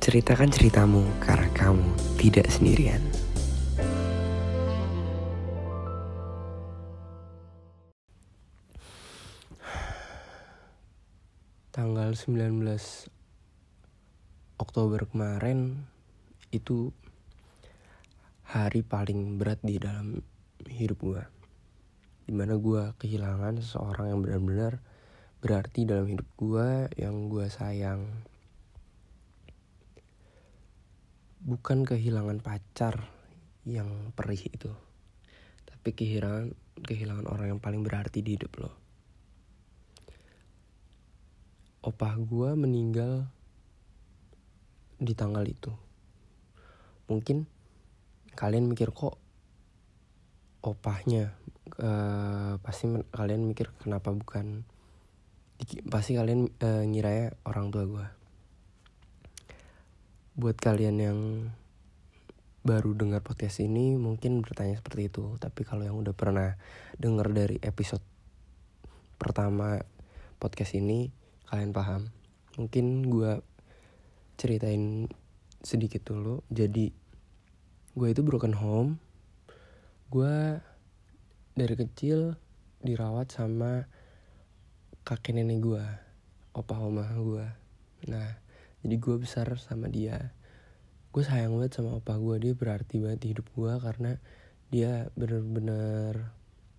Ceritakan ceritamu karena kamu tidak sendirian. Tanggal 19 Oktober kemarin itu hari paling berat di dalam hidup gue, dimana gue kehilangan seseorang yang benar-benar berarti dalam hidup gue, yang gue sayang. Bukan kehilangan pacar yang perih itu, tapi kehilangan orang yang paling berarti di hidup lo. Opah gue meninggal di tanggal itu. Mungkin kalian mikir kok opahnya, pasti kalian mikir kenapa bukan, pasti kalian ngiranya orang tua gue. Buat kalian yang baru dengar podcast ini mungkin bertanya seperti itu, tapi kalau yang udah pernah dengar dari episode pertama podcast ini, kalian paham. Mungkin gue ceritain sedikit dulu. Jadi gue itu broken home. Gue dari kecil dirawat sama kakek nenek gue, opa oma gue. Nah, jadi gue besar sama dia. Gue sayang banget sama opa gue. Dia berarti banget di hidup gue karena dia benar-benar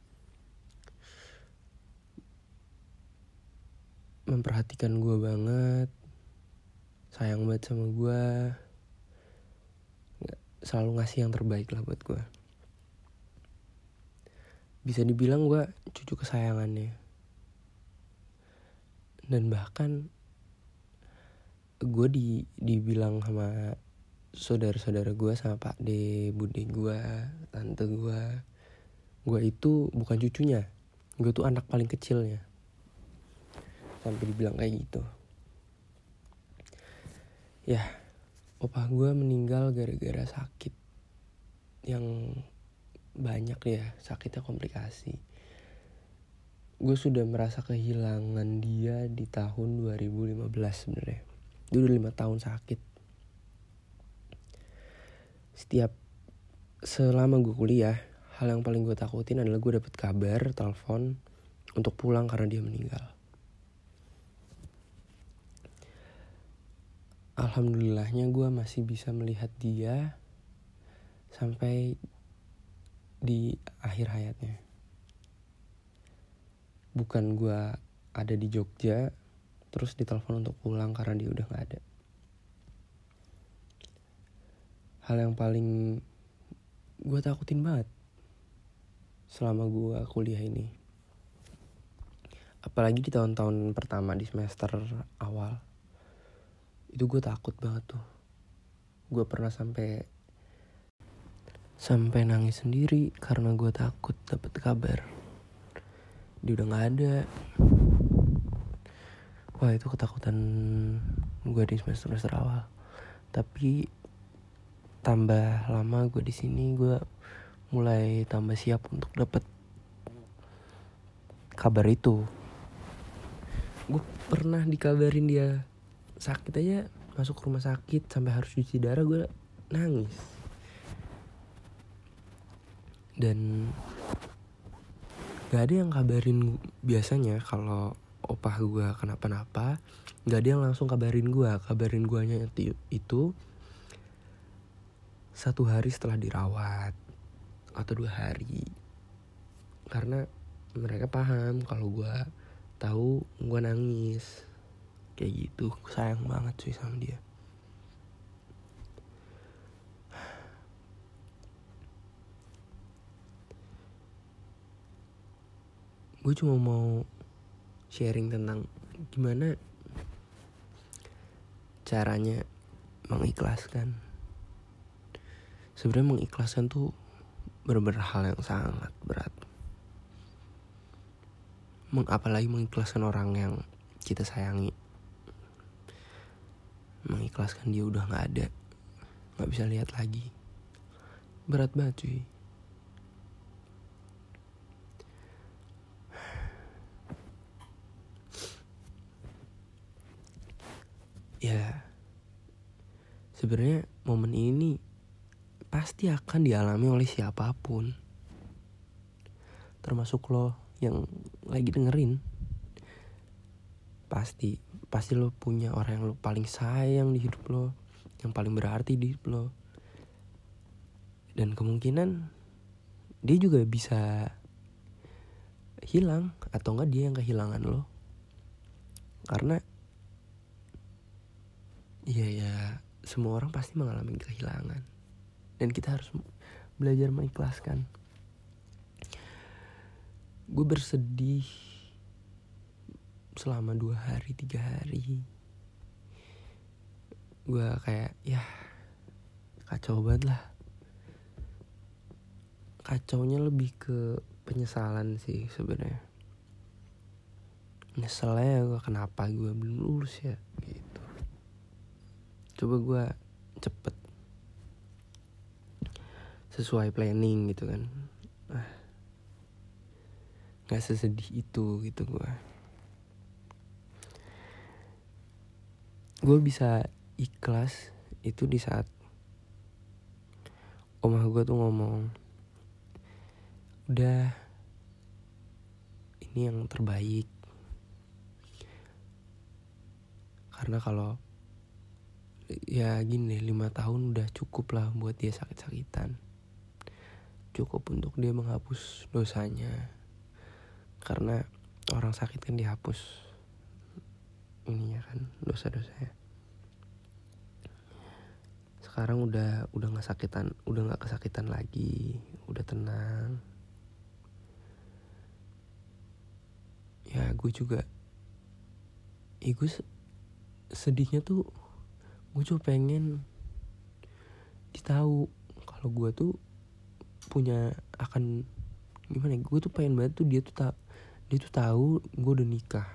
memperhatikan gue banget, sayang banget sama gue, selalu ngasih yang terbaik lah buat gue. Bisa dibilang gue cucu kesayangannya. Dan bahkan gue dibilang sama saudara-saudara gue, sama pak de, bude gue, tante gue itu bukan cucunya, gue tuh anak paling kecilnya. Sampai dibilang kayak gitu. Ya, opah gue meninggal gara-gara sakit yang banyak ya, sakitnya komplikasi. Gue sudah merasa kehilangan dia di tahun 2015 sebenarnya. Dia udah 5 tahun sakit. Selama gue kuliah, hal yang paling gue takutin adalah gue dapet kabar, telepon untuk pulang karena dia meninggal. Alhamdulillahnya gue masih bisa melihat dia sampai di akhir hayatnya. Bukan gue ada di Jogja terus ditelepon untuk pulang karena dia udah gak ada. Hal yang paling gue takutin banget selama gue kuliah ini, apalagi di tahun-tahun pertama di semester awal, itu gue takut banget tuh. Gue pernah sampai nangis sendiri karena gue takut dapet kabar dia udah gak ada. Wah, itu ketakutan gue di semester awal. Tapi tambah lama gue di sini, gue mulai tambah siap untuk dapet kabar itu. Gue pernah dikabarin dia sakit aja, masuk rumah sakit sampai harus cuci darah, gue nangis. Dan gak ada yang kabarin. Biasanya kalau opah gue kenapa-napa, gak ada yang langsung kabarin gue. Kabarin guanya itu 1 hari setelah dirawat atau 2 hari, karena mereka paham kalau gue tahu gue nangis kayak gitu. Sayang banget sih sama dia. Gue cuma mau sharing tentang gimana caranya mengikhlaskan. Sebenarnya mengikhlaskan tuh benar-benar hal yang sangat berat. Apalagi mengikhlaskan orang yang kita sayangi. Mengikhlaskan dia udah gak ada, gak bisa lihat lagi. Berat banget cuy. Ya, sebenarnya momen ini pasti akan dialami oleh siapapun, termasuk lo yang lagi dengerin. Pasti lo punya orang yang lo paling sayang di hidup lo, yang paling berarti di hidup lo, dan kemungkinan dia juga bisa hilang atau enggak dia yang kehilangan lo. Karena ya semua orang pasti mengalami kehilangan, dan kita harus belajar mengikhlaskan. Gue bersedih selama 2 hari 3 hari. Gue kayak ya kacau banget lah. Kacaunya lebih ke penyesalan sih sebenarnya. Nyeselnya gue kenapa gue belum lulus ya gitu. Coba gue cepet sesuai planning gitu kan. Gak sesedih itu gitu gue. Gue bisa ikhlas itu di saat omah gue tuh ngomong, udah ini yang terbaik. Karena kalau ya gini deh, 5 tahun udah cukup lah buat dia sakit-sakitan. Cukup untuk dia menghapus dosanya. Karena orang sakit kan dihapus ininya kan, dosa-dosanya. Sekarang udah gak sakitan, udah gak kesakitan lagi, udah tenang. Ya gue juga gue sedihnya tuh gue cuma pengen ditahu kalau gue tuh punya akan gimana. Gue tuh pengen banget tuh dia tuh tahu gue udah nikah.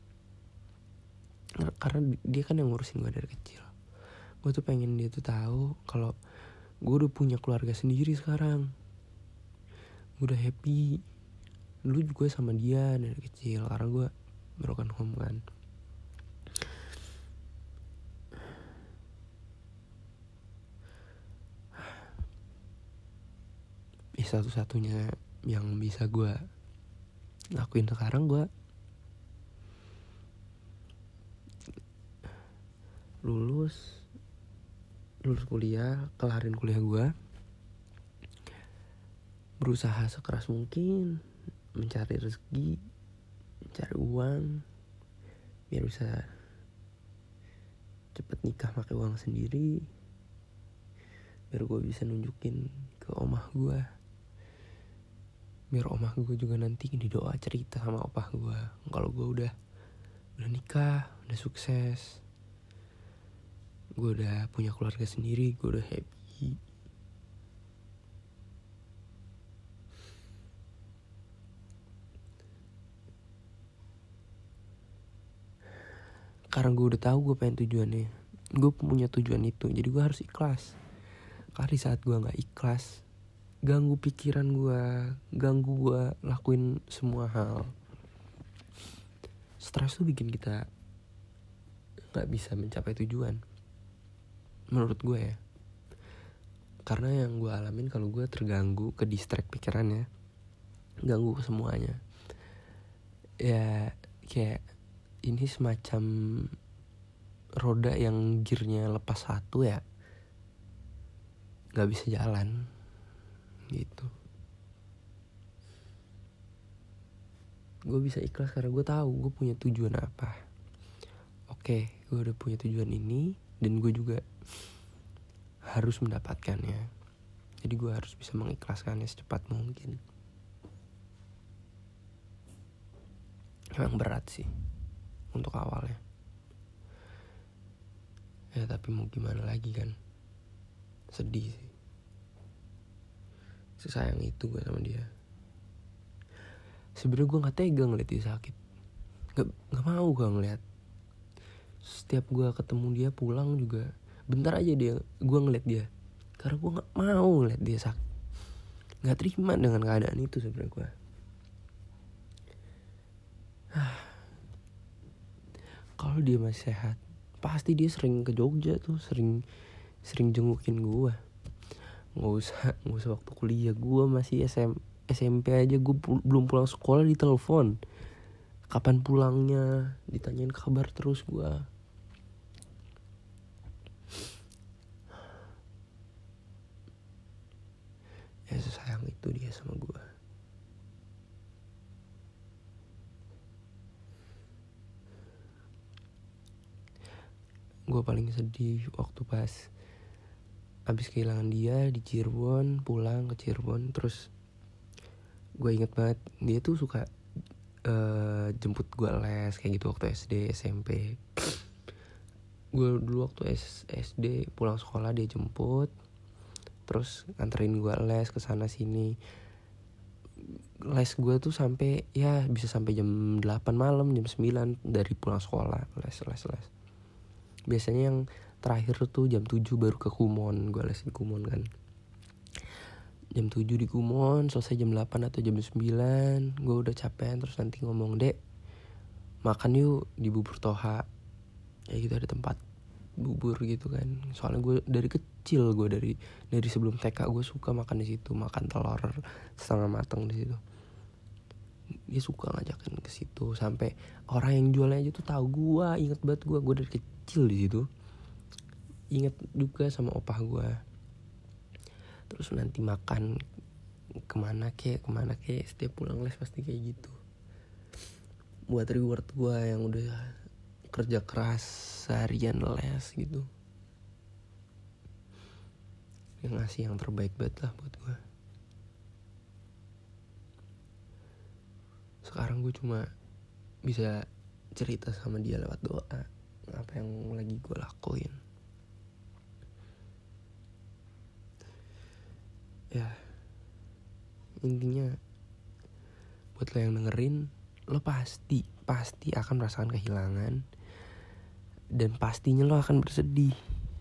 Karena dia kan yang ngurusin gue dari kecil. Gue tuh pengen dia tuh tahu kalau gue udah punya keluarga sendiri sekarang. Gue udah happy. Dulu juga sama dia dari kecil, karena gue broken home kan. Satu-satunya yang bisa gue lakuin sekarang, gue lulus kuliah, kelarin kuliah gue, berusaha sekeras mungkin mencari rezeki, mencari uang biar bisa cepet nikah pakai uang sendiri, biar gue bisa nunjukin ke omah gue, biar omah gue juga nanti di doa cerita sama opah gue kalau gue udah nikah, udah sukses, gue udah punya keluarga sendiri, gue udah happy. Karena gue udah tahu gue pengen tujuannya, gue punya tujuan itu, jadi gue harus ikhlas. Karena di saat gue nggak ikhlas, ganggu pikiran gue, ganggu gue lakuin semua hal. Stres tuh bikin kita nggak bisa mencapai tujuan, menurut gue ya. Karena yang gue alamin kalau gue terganggu, ke distract pikirannya, ganggu ke semuanya. Ya kayak ini semacam roda yang gearnya lepas satu ya gak bisa jalan gitu. Gue bisa ikhlas karena gue tahu gue punya tujuan apa. Oke, gue udah punya tujuan ini, dan gue juga harus mendapatkannya. Jadi gue harus bisa mengikhlaskannya secepat mungkin. Emang berat sih untuk awalnya. Ya tapi mau gimana lagi kan. Sedih sih. Sesayang itu gue sama dia. Sebenarnya gue gak tega ngeliat dia sakit. Gak mau gue ngeliat. Setiap gue ketemu dia pulang juga, bentar aja gue ngeliat dia. Karena gue gak mau ngeliat dia sakit. Gak terima dengan keadaan itu sebenarnya gue. Kalau dia masih sehat, pasti dia sering ke Jogja tuh, sering sering jengukin gue. Nggak usah waktu kuliah. Gue masih SMP aja gue belum pulang sekolah ditelepon kapan pulangnya, ditanyain kabar terus gue. Ya sesayang itu dia sama gue. Gue paling sedih waktu pas abis kehilangan dia di Cirebon, pulang ke Cirebon. Terus gue inget banget dia tuh suka jemput gue les kayak gitu waktu SD, SMP. Gue dulu waktu SD pulang sekolah dia jemput, terus nganterin gue les kesana sini. Les gue tuh sampai ya bisa sampai jam 8 malam, jam 9 dari pulang sekolah les. Biasanya yang terakhir tuh jam 7 baru ke Kumon, gue les di Kumon kan. Jam 7 di Kumon, selesai jam 8 atau jam 9, gue udah capek. Terus nanti ngomong, "Dek, makan yuk di Bubur Toha." Ya gitu, ada tempat bubur gitu kan. Soalnya gue dari kecil, gue dari sebelum TK gue suka makan di situ, makan telur setengah matang di situ. Dia suka ngajakin ke situ, sampai orang yang jualnya aja tuh tahu gue. Inget banget gue dari kecil di situ. Inget juga sama opah gue. Terus nanti makan kemana kek setiap pulang les pasti kayak gitu. Buat reward gue yang udah kerja keras seharian les gitu. Dia ngasih yang terbaik banget lah buat gue. Sekarang gue cuma bisa cerita sama dia lewat doa apa yang lagi gue lakuin. Ya, intinya buat lo yang dengerin, lo pasti akan merasakan kehilangan, dan pastinya lo akan bersedih.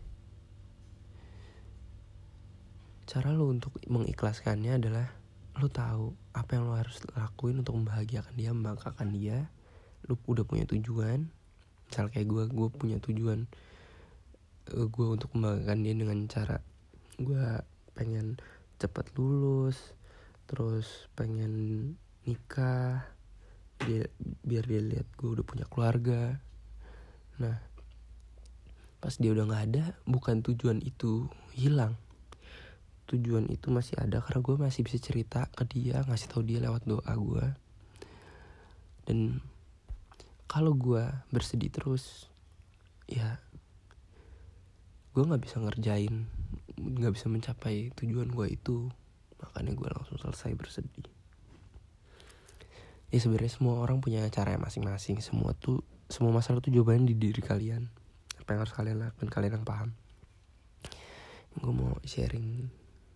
Cara lo untuk mengikhlaskannya adalah lo tahu apa yang lo harus lakuin untuk membahagiakan dia, membanggakan dia. Lo udah punya tujuan. Misal kayak gue punya tujuan, gue untuk membanggakan dia dengan cara gue pengen cepat lulus, terus pengen nikah, biar dia lihat gue udah punya keluarga. Nah, pas dia udah nggak ada, bukan tujuan itu hilang, tujuan itu masih ada karena gue masih bisa cerita ke dia, ngasih tahu dia lewat doa gue. Dan kalau gue bersedih terus, ya gue nggak bisa mencapai tujuan gue itu. Makanya gue langsung selesai bersedih. Ya sebenarnya semua orang punya cara masing-masing. Semua masalah tuh jawabannya di diri kalian. Apa yang harus kalian lakukan, kalian yang paham. Gue mau sharing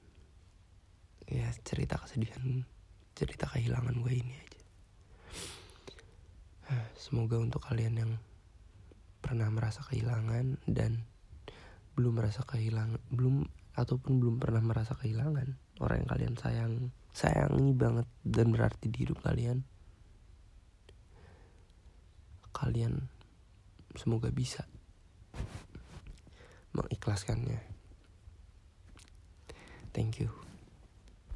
ya cerita kesedihan, cerita kehilangan gue ini aja. Semoga untuk kalian yang pernah merasa kehilangan dan belum pernah merasa kehilangan orang yang kalian sayangi banget dan berarti di hidup kalian semoga bisa mengikhlaskannya. Thank you.